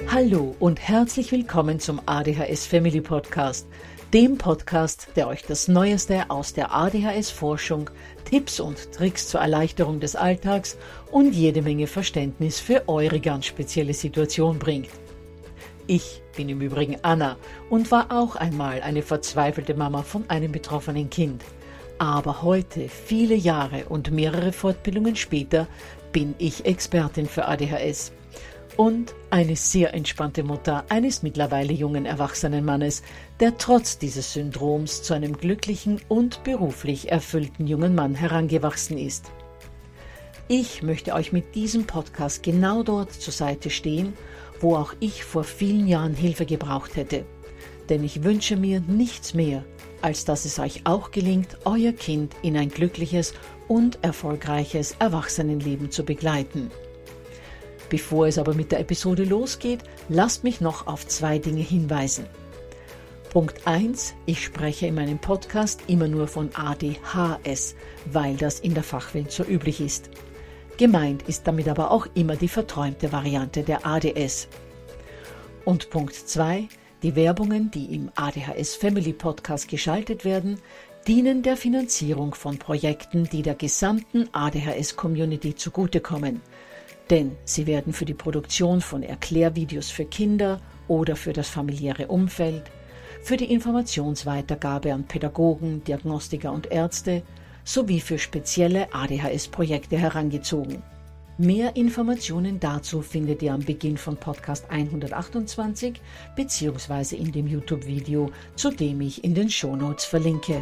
Hallo und herzlich willkommen zum ADHS Family Podcast, dem Podcast, der euch das Neueste aus der ADHS-Forschung, Tipps und Tricks zur Erleichterung des Alltags und jede Menge Verständnis für eure ganz spezielle Situation bringt. Ich bin im Übrigen Anna und war auch einmal eine verzweifelte Mama von einem betroffenen Kind. Aber heute, viele Jahre und mehrere Fortbildungen später, bin ich Expertin für ADHS. Und eine sehr entspannte Mutter eines mittlerweile jungen erwachsenen Mannes, der trotz dieses Syndroms zu einem glücklichen und beruflich erfüllten jungen Mann herangewachsen ist. Ich möchte euch mit diesem Podcast genau dort zur Seite stehen, wo auch ich vor vielen Jahren Hilfe gebraucht hätte. Denn ich wünsche mir nichts mehr, als dass es euch auch gelingt, euer Kind in ein glückliches und erfolgreiches Erwachsenenleben zu begleiten. Bevor es aber mit der Episode losgeht, lasst mich noch auf 2 Dinge hinweisen. Punkt 1. Ich spreche in meinem Podcast immer nur von ADHS, weil das in der Fachwelt so üblich ist. Gemeint ist damit aber auch immer die verträumte Variante der ADS. Und Punkt 2. Die Werbungen, die im ADHS Family Podcast geschaltet werden, dienen der Finanzierung von Projekten, die der gesamten ADHS-Community zugutekommen. Denn sie werden für die Produktion von Erklärvideos für Kinder oder für das familiäre Umfeld, für die Informationsweitergabe an Pädagogen, Diagnostiker und Ärzte sowie für spezielle ADHS-Projekte herangezogen. Mehr Informationen dazu findet ihr am Beginn von Podcast 128 bzw. in dem YouTube-Video, zu dem ich in den Shownotes verlinke.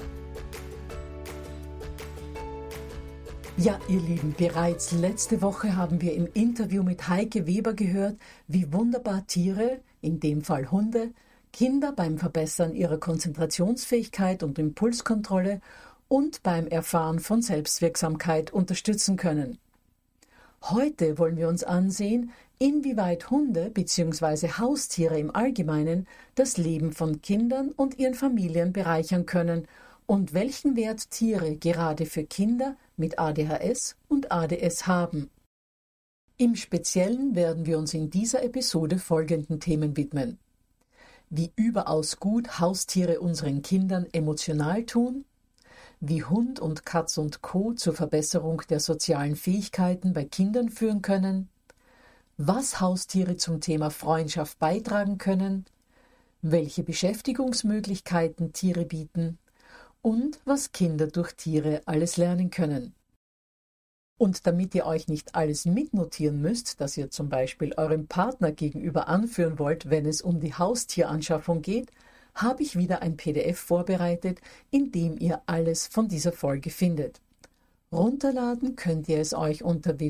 Ja, ihr Lieben, bereits letzte Woche haben wir im Interview mit Heike Weber gehört, wie wunderbar Tiere, in dem Fall Hunde, Kinder beim Verbessern ihrer Konzentrationsfähigkeit und Impulskontrolle und beim Erfahren von Selbstwirksamkeit unterstützen können. Heute wollen wir uns ansehen, inwieweit Hunde bzw. Haustiere im Allgemeinen das Leben von Kindern und ihren Familien bereichern können und welchen Wert Tiere gerade für Kinder mit ADHS und ADS haben. Im Speziellen werden wir uns in dieser Episode folgenden Themen widmen: Wie überaus gut Haustiere unseren Kindern emotional tun, wie Hund und Katz und Co. zur Verbesserung der sozialen Fähigkeiten bei Kindern führen können, was Haustiere zum Thema Freundschaft beitragen können, welche Beschäftigungsmöglichkeiten Tiere bieten und was Kinder durch Tiere alles lernen können. Und damit ihr euch nicht alles mitnotieren müsst, das ihr zum Beispiel eurem Partner gegenüber anführen wollt, wenn es um die Haustieranschaffung geht, habe ich wieder ein PDF vorbereitet, in dem ihr alles von dieser Folge findet. Runterladen könnt ihr es euch unter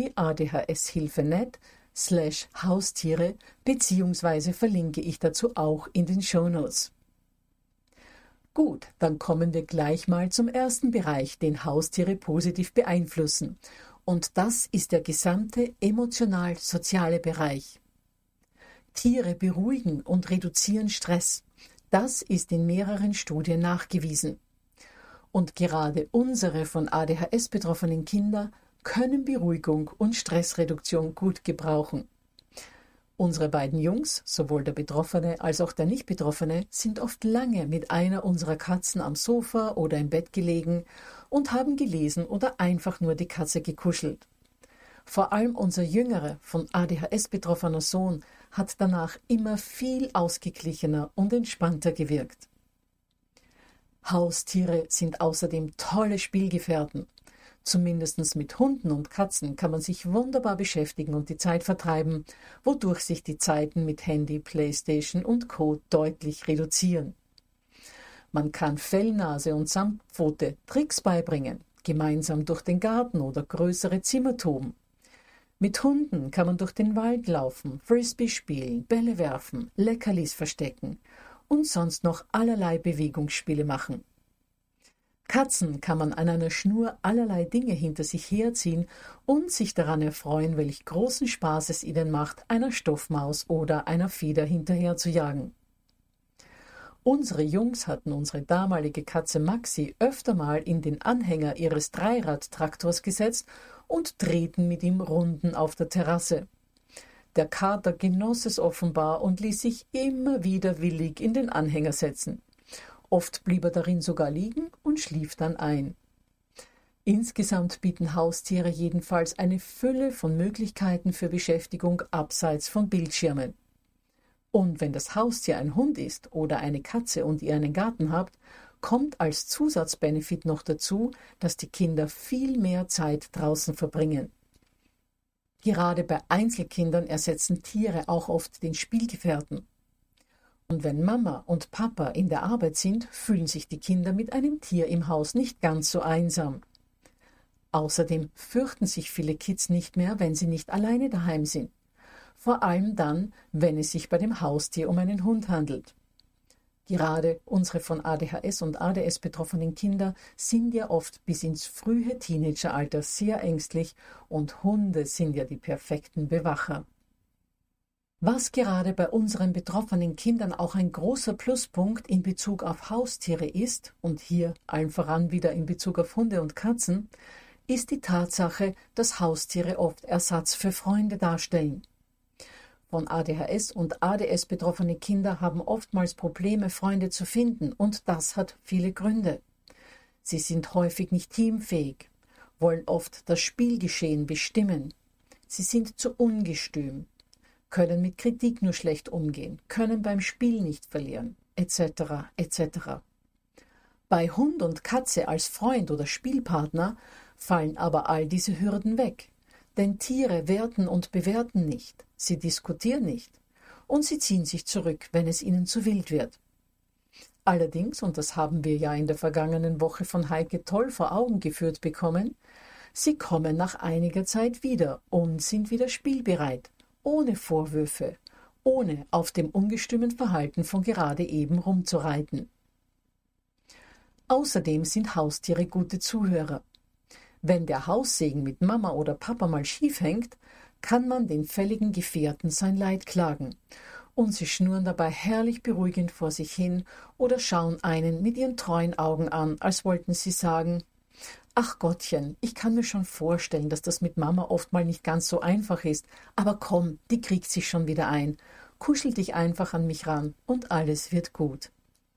www.adhshilfe.net/Haustiere bzw. verlinke ich dazu auch in den Shownotes. Gut, dann kommen wir gleich mal zum ersten Bereich, den Haustiere positiv beeinflussen. Und das ist der gesamte emotional-soziale Bereich. Tiere beruhigen und reduzieren Stress. Das ist in mehreren Studien nachgewiesen. Und gerade unsere von ADHS betroffenen Kinder können Beruhigung und Stressreduktion gut gebrauchen. Unsere beiden Jungs, sowohl der Betroffene als auch der Nicht-Betroffene, sind oft lange mit einer unserer Katzen am Sofa oder im Bett gelegen und haben gelesen oder einfach nur die Katze gekuschelt. Vor allem unser jüngerer, von ADHS betroffener Sohn hat danach immer viel ausgeglichener und entspannter gewirkt. Haustiere sind außerdem tolle Spielgefährten. Zumindest mit Hunden und Katzen kann man sich wunderbar beschäftigen und die Zeit vertreiben, wodurch sich die Zeiten mit Handy, Playstation und Co. deutlich reduzieren. Man kann Fellnase und Samtpfote Tricks beibringen, gemeinsam durch den Garten oder größere Zimmer toben. Mit Hunden kann man durch den Wald laufen, Frisbee spielen, Bälle werfen, Leckerlis verstecken und sonst noch allerlei Bewegungsspiele machen. Katzen kann man an einer Schnur allerlei Dinge hinter sich herziehen und sich daran erfreuen, welch großen Spaß es ihnen macht, einer Stoffmaus oder einer Feder hinterher zu jagen. Unsere Jungs hatten unsere damalige Katze Maxi öfter mal in den Anhänger ihres Dreiradtraktors gesetzt und drehten mit ihm Runden auf der Terrasse. Der Kater genoss es offenbar und ließ sich immer wieder willig in den Anhänger setzen. Oft blieb er darin sogar liegen und schlief dann ein. Insgesamt bieten Haustiere jedenfalls eine Fülle von Möglichkeiten für Beschäftigung abseits von Bildschirmen. Und wenn das Haustier ein Hund ist oder eine Katze und ihr einen Garten habt, kommt als Zusatzbenefit noch dazu, dass die Kinder viel mehr Zeit draußen verbringen. Gerade bei Einzelkindern ersetzen Tiere auch oft den Spielgefährten. Und wenn Mama und Papa in der Arbeit sind, fühlen sich die Kinder mit einem Tier im Haus nicht ganz so einsam. Außerdem fürchten sich viele Kids nicht mehr, wenn sie nicht alleine daheim sind. Vor allem dann, wenn es sich bei dem Haustier um einen Hund handelt. Gerade unsere von ADHS und ADS betroffenen Kinder sind ja oft bis ins frühe Teenageralter sehr ängstlich und Hunde sind ja die perfekten Bewacher. Was gerade bei unseren betroffenen Kindern auch ein großer Pluspunkt in Bezug auf Haustiere ist, und hier allen voran wieder in Bezug auf Hunde und Katzen, ist die Tatsache, dass Haustiere oft Ersatz für Freunde darstellen. Von ADHS und ADS betroffene Kinder haben oftmals Probleme, Freunde zu finden, und das hat viele Gründe. Sie sind häufig nicht teamfähig, wollen oft das Spielgeschehen bestimmen. Sie sind zu ungestüm, können mit Kritik nur schlecht umgehen, können beim Spiel nicht verlieren, etc. etc. Bei Hund und Katze als Freund oder Spielpartner fallen aber all diese Hürden weg. Denn Tiere werten und bewerten nicht, sie diskutieren nicht und sie ziehen sich zurück, wenn es ihnen zu wild wird. Allerdings, und das haben wir ja in der vergangenen Woche von Heike toll vor Augen geführt bekommen, sie kommen nach einiger Zeit wieder und sind wieder spielbereit, ohne Vorwürfe, ohne auf dem ungestümen Verhalten von gerade eben rumzureiten. Außerdem sind Haustiere gute Zuhörer. Wenn der Haussegen mit Mama oder Papa mal schief hängt, kann man den fälligen Gefährten sein Leid klagen. Und sie schnurren dabei herrlich beruhigend vor sich hin oder schauen einen mit ihren treuen Augen an, als wollten sie sagen: »Ach Gottchen, ich kann mir schon vorstellen, dass das mit Mama oft mal nicht ganz so einfach ist, aber komm, die kriegt sich schon wieder ein. Kuschel dich einfach an mich ran und alles wird gut.«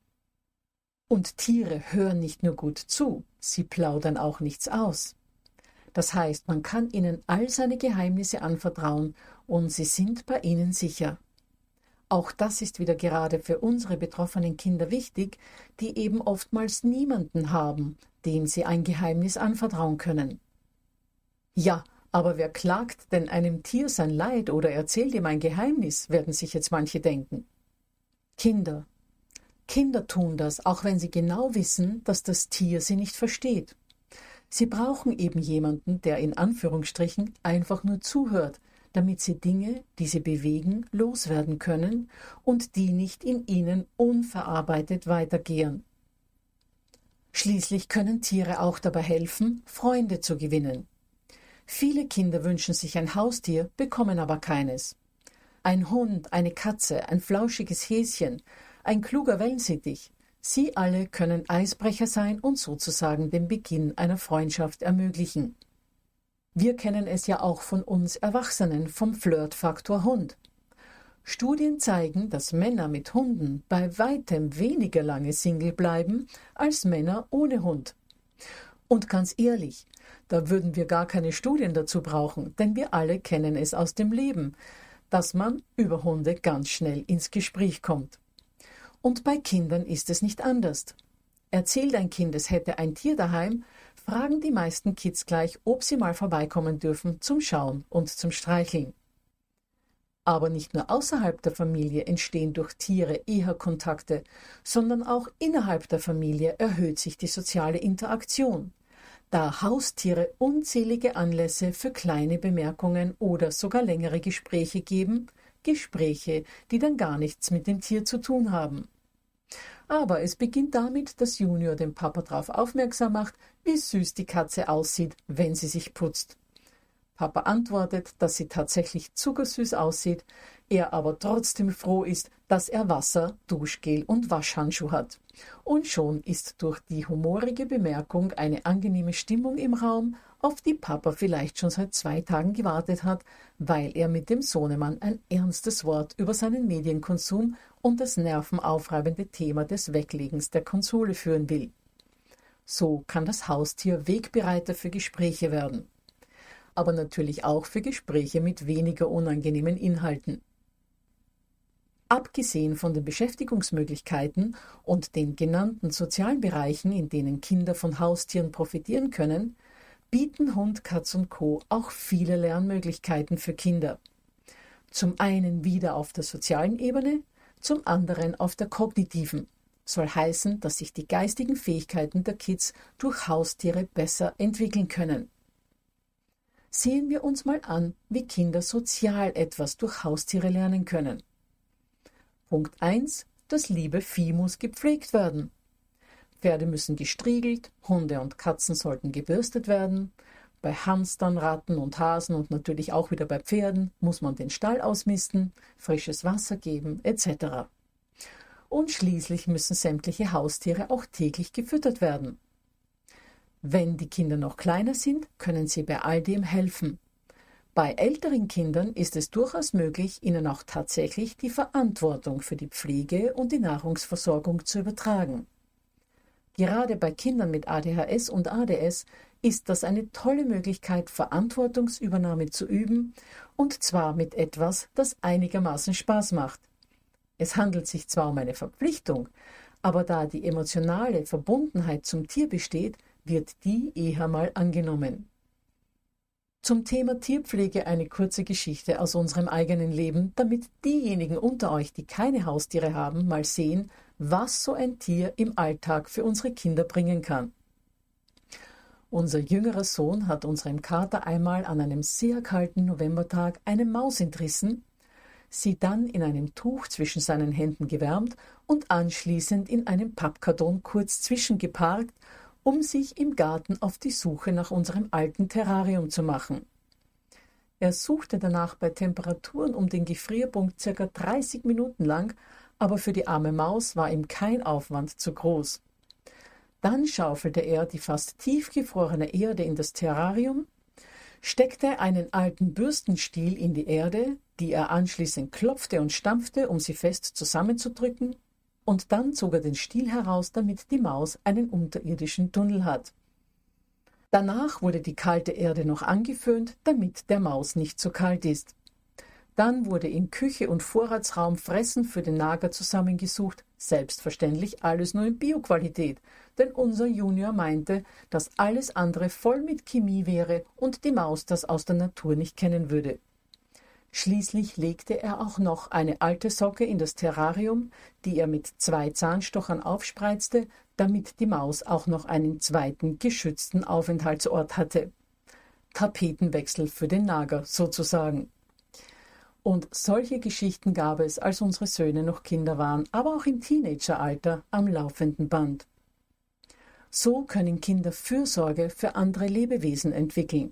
Und Tiere hören nicht nur gut zu, sie plaudern auch nichts aus. Das heißt, man kann ihnen all seine Geheimnisse anvertrauen und sie sind bei ihnen sicher. Auch das ist wieder gerade für unsere betroffenen Kinder wichtig, die eben oftmals niemanden haben, dem sie ein Geheimnis anvertrauen können. Ja, aber wer klagt denn einem Tier sein Leid oder erzählt ihm ein Geheimnis, werden sich jetzt manche denken. Kinder. Kinder tun das, auch wenn sie genau wissen, dass das Tier sie nicht versteht. Sie brauchen eben jemanden, der in Anführungsstrichen einfach nur zuhört, damit sie Dinge, die sie bewegen, loswerden können und die nicht in ihnen unverarbeitet weitergehen. Schließlich können Tiere auch dabei helfen, Freunde zu gewinnen. Viele Kinder wünschen sich ein Haustier, bekommen aber keines. Ein Hund, eine Katze, ein flauschiges Häschen, ein kluger Wellensittich. Sie alle können Eisbrecher sein und sozusagen den Beginn einer Freundschaft ermöglichen. Wir kennen es ja auch von uns Erwachsenen vom Flirtfaktor Hund. Studien zeigen, dass Männer mit Hunden bei weitem weniger lange Single bleiben als Männer ohne Hund. Und ganz ehrlich, da würden wir gar keine Studien dazu brauchen, denn wir alle kennen es aus dem Leben, dass man über Hunde ganz schnell ins Gespräch kommt. Und bei Kindern ist es nicht anders. Erzählt ein Kind, es hätte ein Tier daheim, fragen die meisten Kids gleich, ob sie mal vorbeikommen dürfen zum Schauen und zum Streicheln. Aber nicht nur außerhalb der Familie entstehen durch Tiere Ehekontakte, sondern auch innerhalb der Familie erhöht sich die soziale Interaktion, da Haustiere unzählige Anlässe für kleine Bemerkungen oder sogar längere Gespräche geben, Gespräche, die dann gar nichts mit dem Tier zu tun haben. Aber es beginnt damit, dass Junior den Papa darauf aufmerksam macht, wie süß die Katze aussieht, wenn sie sich putzt. Papa antwortet, dass sie tatsächlich zuckersüß aussieht, er aber trotzdem froh ist, dass er Wasser, Duschgel und Waschhandschuh hat. Und schon ist durch die humorige Bemerkung eine angenehme Stimmung im Raum, auf die Papa vielleicht schon seit 2 Tagen gewartet hat, weil er mit dem Sohnemann ein ernstes Wort über seinen Medienkonsum und das nervenaufreibende Thema des Weglegens der Konsole führen will. So kann das Haustier Wegbereiter für Gespräche werden. Aber natürlich auch für Gespräche mit weniger unangenehmen Inhalten. Abgesehen von den Beschäftigungsmöglichkeiten und den genannten sozialen Bereichen, in denen Kinder von Haustieren profitieren können, bieten Hund, Katz und Co. auch viele Lernmöglichkeiten für Kinder. Zum einen wieder auf der sozialen Ebene, zum anderen auf der kognitiven. Soll heißen, dass sich die geistigen Fähigkeiten der Kids durch Haustiere besser entwickeln können. Sehen wir uns mal an, wie Kinder sozial etwas durch Haustiere lernen können. Punkt 1. Das liebe Vieh muss gepflegt werden. Pferde müssen gestriegelt, Hunde und Katzen sollten gebürstet werden. Bei Hamstern, Ratten und Hasen und natürlich auch wieder bei Pferden muss man den Stall ausmisten, frisches Wasser geben etc. Und schließlich müssen sämtliche Haustiere auch täglich gefüttert werden. Wenn die Kinder noch kleiner sind, können sie bei all dem helfen. Bei älteren Kindern ist es durchaus möglich, ihnen auch tatsächlich die Verantwortung für die Pflege und die Nahrungsversorgung zu übertragen. Gerade bei Kindern mit ADHS und ADS ist das eine tolle Möglichkeit, Verantwortungsübernahme zu üben, und zwar mit etwas, das einigermaßen Spaß macht. Es handelt sich zwar um eine Verpflichtung, aber da die emotionale Verbundenheit zum Tier besteht, wird die eher mal angenommen. Zum Thema Tierpflege eine kurze Geschichte aus unserem eigenen Leben, damit diejenigen unter euch, die keine Haustiere haben, mal sehen, was so ein Tier im Alltag für unsere Kinder bringen kann. Unser jüngerer Sohn hat unserem Kater einmal an einem sehr kalten Novembertag eine Maus entrissen, sie dann in einem Tuch zwischen seinen Händen gewärmt und anschließend in einem Pappkarton kurz zwischengeparkt, um sich im Garten auf die Suche nach unserem alten Terrarium zu machen. Er suchte danach bei Temperaturen um den Gefrierpunkt ca. 30 Minuten lang, aber für die arme Maus war ihm kein Aufwand zu groß. Dann schaufelte er die fast tiefgefrorene Erde in das Terrarium, steckte einen alten Bürstenstiel in die Erde, die er anschließend klopfte und stampfte, um sie fest zusammenzudrücken, und dann zog er den Stiel heraus, damit die Maus einen unterirdischen Tunnel hat. Danach wurde die kalte Erde noch angeföhnt, damit der Maus nicht zu kalt ist. Dann wurde in Küche und Vorratsraum Fressen für den Nager zusammengesucht, selbstverständlich alles nur in Bioqualität, denn unser Junior meinte, dass alles andere voll mit Chemie wäre und die Maus das aus der Natur nicht kennen würde. Schließlich legte er auch noch eine alte Socke in das Terrarium, die er mit 2 Zahnstochern aufspreizte, damit die Maus auch noch einen zweiten geschützten Aufenthaltsort hatte. Tapetenwechsel für den Nager sozusagen. Und solche Geschichten gab es, als unsere Söhne noch Kinder waren, aber auch im Teenageralter am laufenden Band. So können Kinder Fürsorge für andere Lebewesen entwickeln.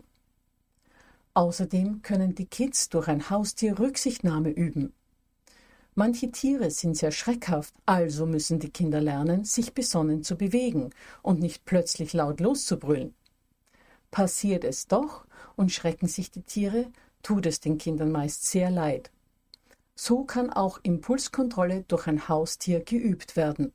Außerdem können die Kids durch ein Haustier Rücksichtnahme üben. Manche Tiere sind sehr schreckhaft, also müssen die Kinder lernen, sich besonnen zu bewegen und nicht plötzlich laut loszubrüllen. Passiert es doch und schrecken sich die Tiere, tut es den Kindern meist sehr leid. So kann auch Impulskontrolle durch ein Haustier geübt werden.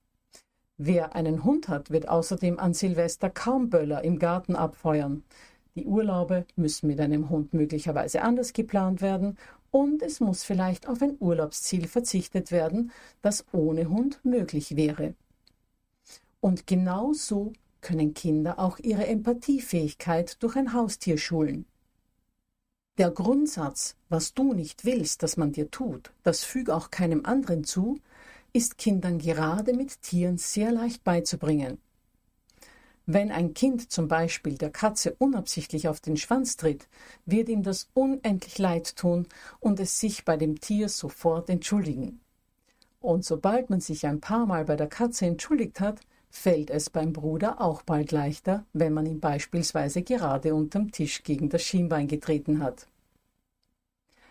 Wer einen Hund hat, wird außerdem an Silvester kaum Böller im Garten abfeuern. Die Urlaube müssen mit einem Hund möglicherweise anders geplant werden und es muss vielleicht auf ein Urlaubsziel verzichtet werden, das ohne Hund möglich wäre. Und genau so können Kinder auch ihre Empathiefähigkeit durch ein Haustier schulen. Der Grundsatz, was du nicht willst, dass man dir tut, das füg auch keinem anderen zu, ist Kindern gerade mit Tieren sehr leicht beizubringen. Wenn ein Kind zum Beispiel der Katze unabsichtlich auf den Schwanz tritt, wird ihm das unendlich leid tun und es sich bei dem Tier sofort entschuldigen. Und sobald man sich ein paar Mal bei der Katze entschuldigt hat, fällt es beim Bruder auch bald leichter, wenn man ihn beispielsweise gerade unterm Tisch gegen das Schienbein getreten hat.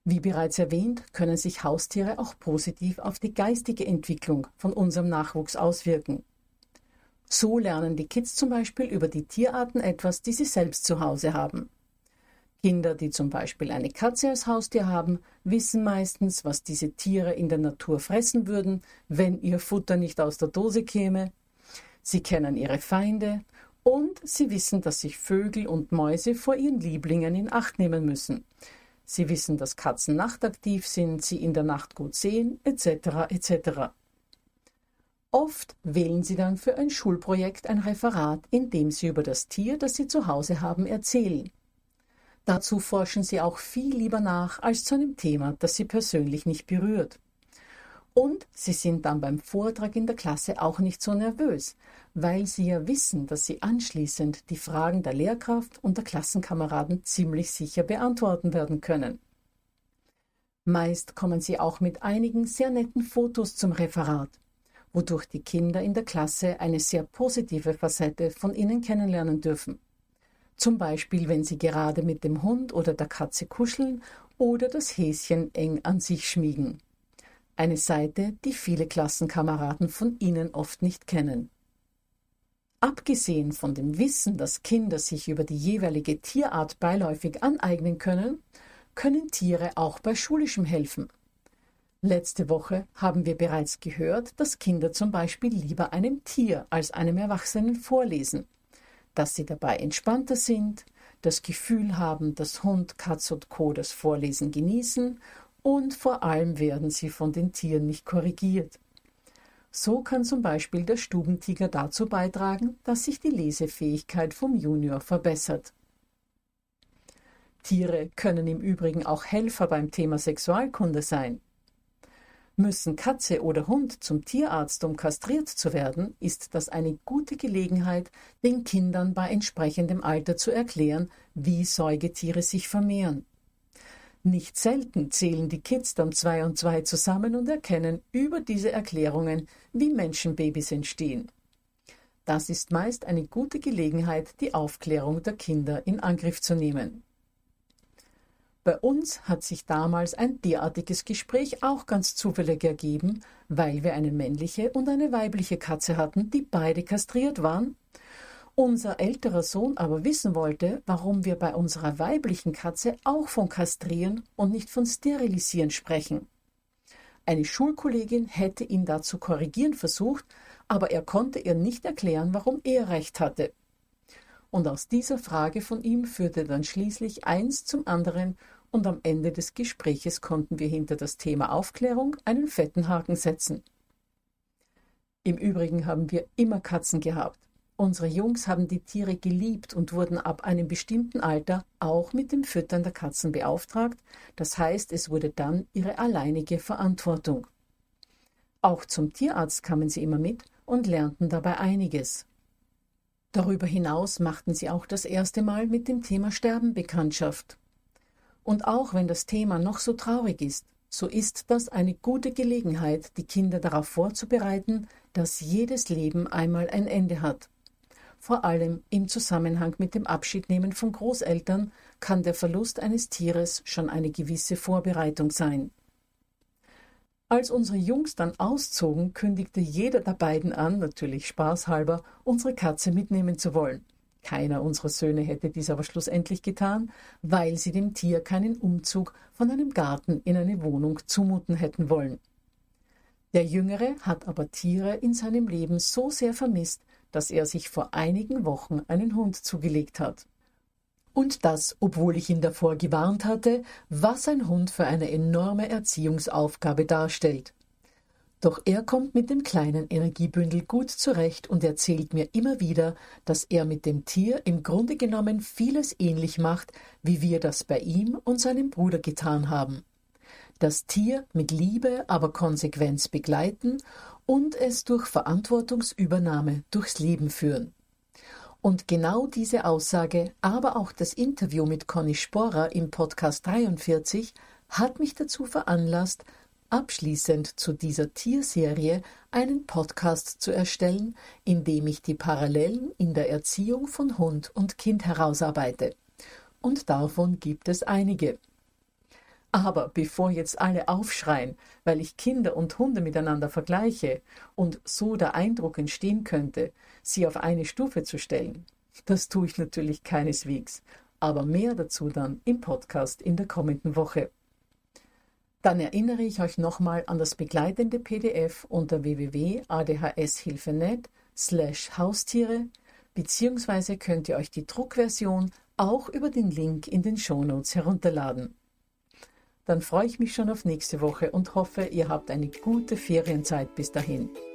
Wie bereits erwähnt, können sich Haustiere auch positiv auf die geistige Entwicklung von unserem Nachwuchs auswirken. So lernen die Kids zum Beispiel über die Tierarten etwas, die sie selbst zu Hause haben. Kinder, die zum Beispiel eine Katze als Haustier haben, wissen meistens, was diese Tiere in der Natur fressen würden, wenn ihr Futter nicht aus der Dose käme. Sie kennen ihre Feinde und sie wissen, dass sich Vögel und Mäuse vor ihren Lieblingen in Acht nehmen müssen. Sie wissen, dass Katzen nachtaktiv sind, sie in der Nacht gut sehen, etc. etc. Oft wählen sie dann für ein Schulprojekt ein Referat, in dem sie über das Tier, das sie zu Hause haben, erzählen. Dazu forschen sie auch viel lieber nach als zu einem Thema, das sie persönlich nicht berührt. Und sie sind dann beim Vortrag in der Klasse auch nicht so nervös, weil sie ja wissen, dass sie anschließend die Fragen der Lehrkraft und der Klassenkameraden ziemlich sicher beantworten werden können. Meist kommen sie auch mit einigen sehr netten Fotos zum Referat, wodurch die Kinder in der Klasse eine sehr positive Facette von ihnen kennenlernen dürfen. Zum Beispiel, wenn sie gerade mit dem Hund oder der Katze kuscheln oder das Häschen eng an sich schmiegen. Eine Seite, die viele Klassenkameraden von ihnen oft nicht kennen. Abgesehen von dem Wissen, das Kinder sich über die jeweilige Tierart beiläufig aneignen können, können Tiere auch bei Schulischem helfen. Letzte Woche haben wir bereits gehört, dass Kinder zum Beispiel lieber einem Tier als einem Erwachsenen vorlesen, dass sie dabei entspannter sind, das Gefühl haben, dass Hund, Katz und Co. das Vorlesen genießen und vor allem werden sie von den Tieren nicht korrigiert. So kann zum Beispiel der Stubentiger dazu beitragen, dass sich die Lesefähigkeit vom Junior verbessert. Tiere können im Übrigen auch Helfer beim Thema Sexualkunde sein. Müssen Katze oder Hund zum Tierarzt, um kastriert zu werden, ist das eine gute Gelegenheit, den Kindern bei entsprechendem Alter zu erklären, wie Säugetiere sich vermehren. Nicht selten zählen die Kids dann 2 und 2 zusammen und erkennen über diese Erklärungen, wie Menschenbabys entstehen. Das ist meist eine gute Gelegenheit, die Aufklärung der Kinder in Angriff zu nehmen. Bei uns hat sich damals ein derartiges Gespräch auch ganz zufällig ergeben, weil wir eine männliche und eine weibliche Katze hatten, die beide kastriert waren. Unser älterer Sohn aber wissen wollte, warum wir bei unserer weiblichen Katze auch von Kastrieren und nicht von Sterilisieren sprechen. Eine Schulkollegin hätte ihn dazu korrigieren versucht, aber er konnte ihr nicht erklären, warum er recht hatte. Und aus dieser Frage von ihm führte dann schließlich eins zum anderen und am Ende des Gespräches konnten wir hinter das Thema Aufklärung einen fetten Haken setzen. Im Übrigen haben wir immer Katzen gehabt. Unsere Jungs haben die Tiere geliebt und wurden ab einem bestimmten Alter auch mit dem Füttern der Katzen beauftragt, das heißt, es wurde dann ihre alleinige Verantwortung. Auch zum Tierarzt kamen sie immer mit und lernten dabei einiges. Darüber hinaus machten sie auch das erste Mal mit dem Thema Sterben Bekanntschaft. Und auch wenn das Thema noch so traurig ist, so ist das eine gute Gelegenheit, die Kinder darauf vorzubereiten, dass jedes Leben einmal ein Ende hat. Vor allem im Zusammenhang mit dem Abschiednehmen von Großeltern kann der Verlust eines Tieres schon eine gewisse Vorbereitung sein. Als unsere Jungs dann auszogen, kündigte jeder der beiden an, natürlich spaßhalber, unsere Katze mitnehmen zu wollen. Keiner unserer Söhne hätte dies aber schlussendlich getan, weil sie dem Tier keinen Umzug von einem Garten in eine Wohnung zumuten hätten wollen. Der Jüngere hat aber Tiere in seinem Leben so sehr vermisst, dass er sich vor einigen Wochen einen Hund zugelegt hat. Und das, obwohl ich ihn davor gewarnt hatte, was ein Hund für eine enorme Erziehungsaufgabe darstellt. Doch er kommt mit dem kleinen Energiebündel gut zurecht und erzählt mir immer wieder, dass er mit dem Tier im Grunde genommen vieles ähnlich macht, wie wir das bei ihm und seinem Bruder getan haben. Das Tier mit Liebe, aber Konsequenz begleiten und es durch Verantwortungsübernahme durchs Leben führen. Und genau diese Aussage, aber auch das Interview mit Conny Sporer im Podcast 43 hat mich dazu veranlasst, abschließend zu dieser Tierserie einen Podcast zu erstellen, in dem ich die Parallelen in der Erziehung von Hund und Kind herausarbeite. Und davon gibt es einige. Aber bevor jetzt alle aufschreien, weil ich Kinder und Hunde miteinander vergleiche und so der Eindruck entstehen könnte, sie auf eine Stufe zu stellen, das tue ich natürlich keineswegs, aber mehr dazu dann im Podcast in der kommenden Woche. Dann erinnere ich euch nochmal an das begleitende PDF unter www.adhshilfe.net/Haustiere, beziehungsweise könnt ihr euch die Druckversion auch über den Link in den Shownotes herunterladen. Dann freue ich mich schon auf nächste Woche und hoffe, ihr habt eine gute Ferienzeit bis dahin.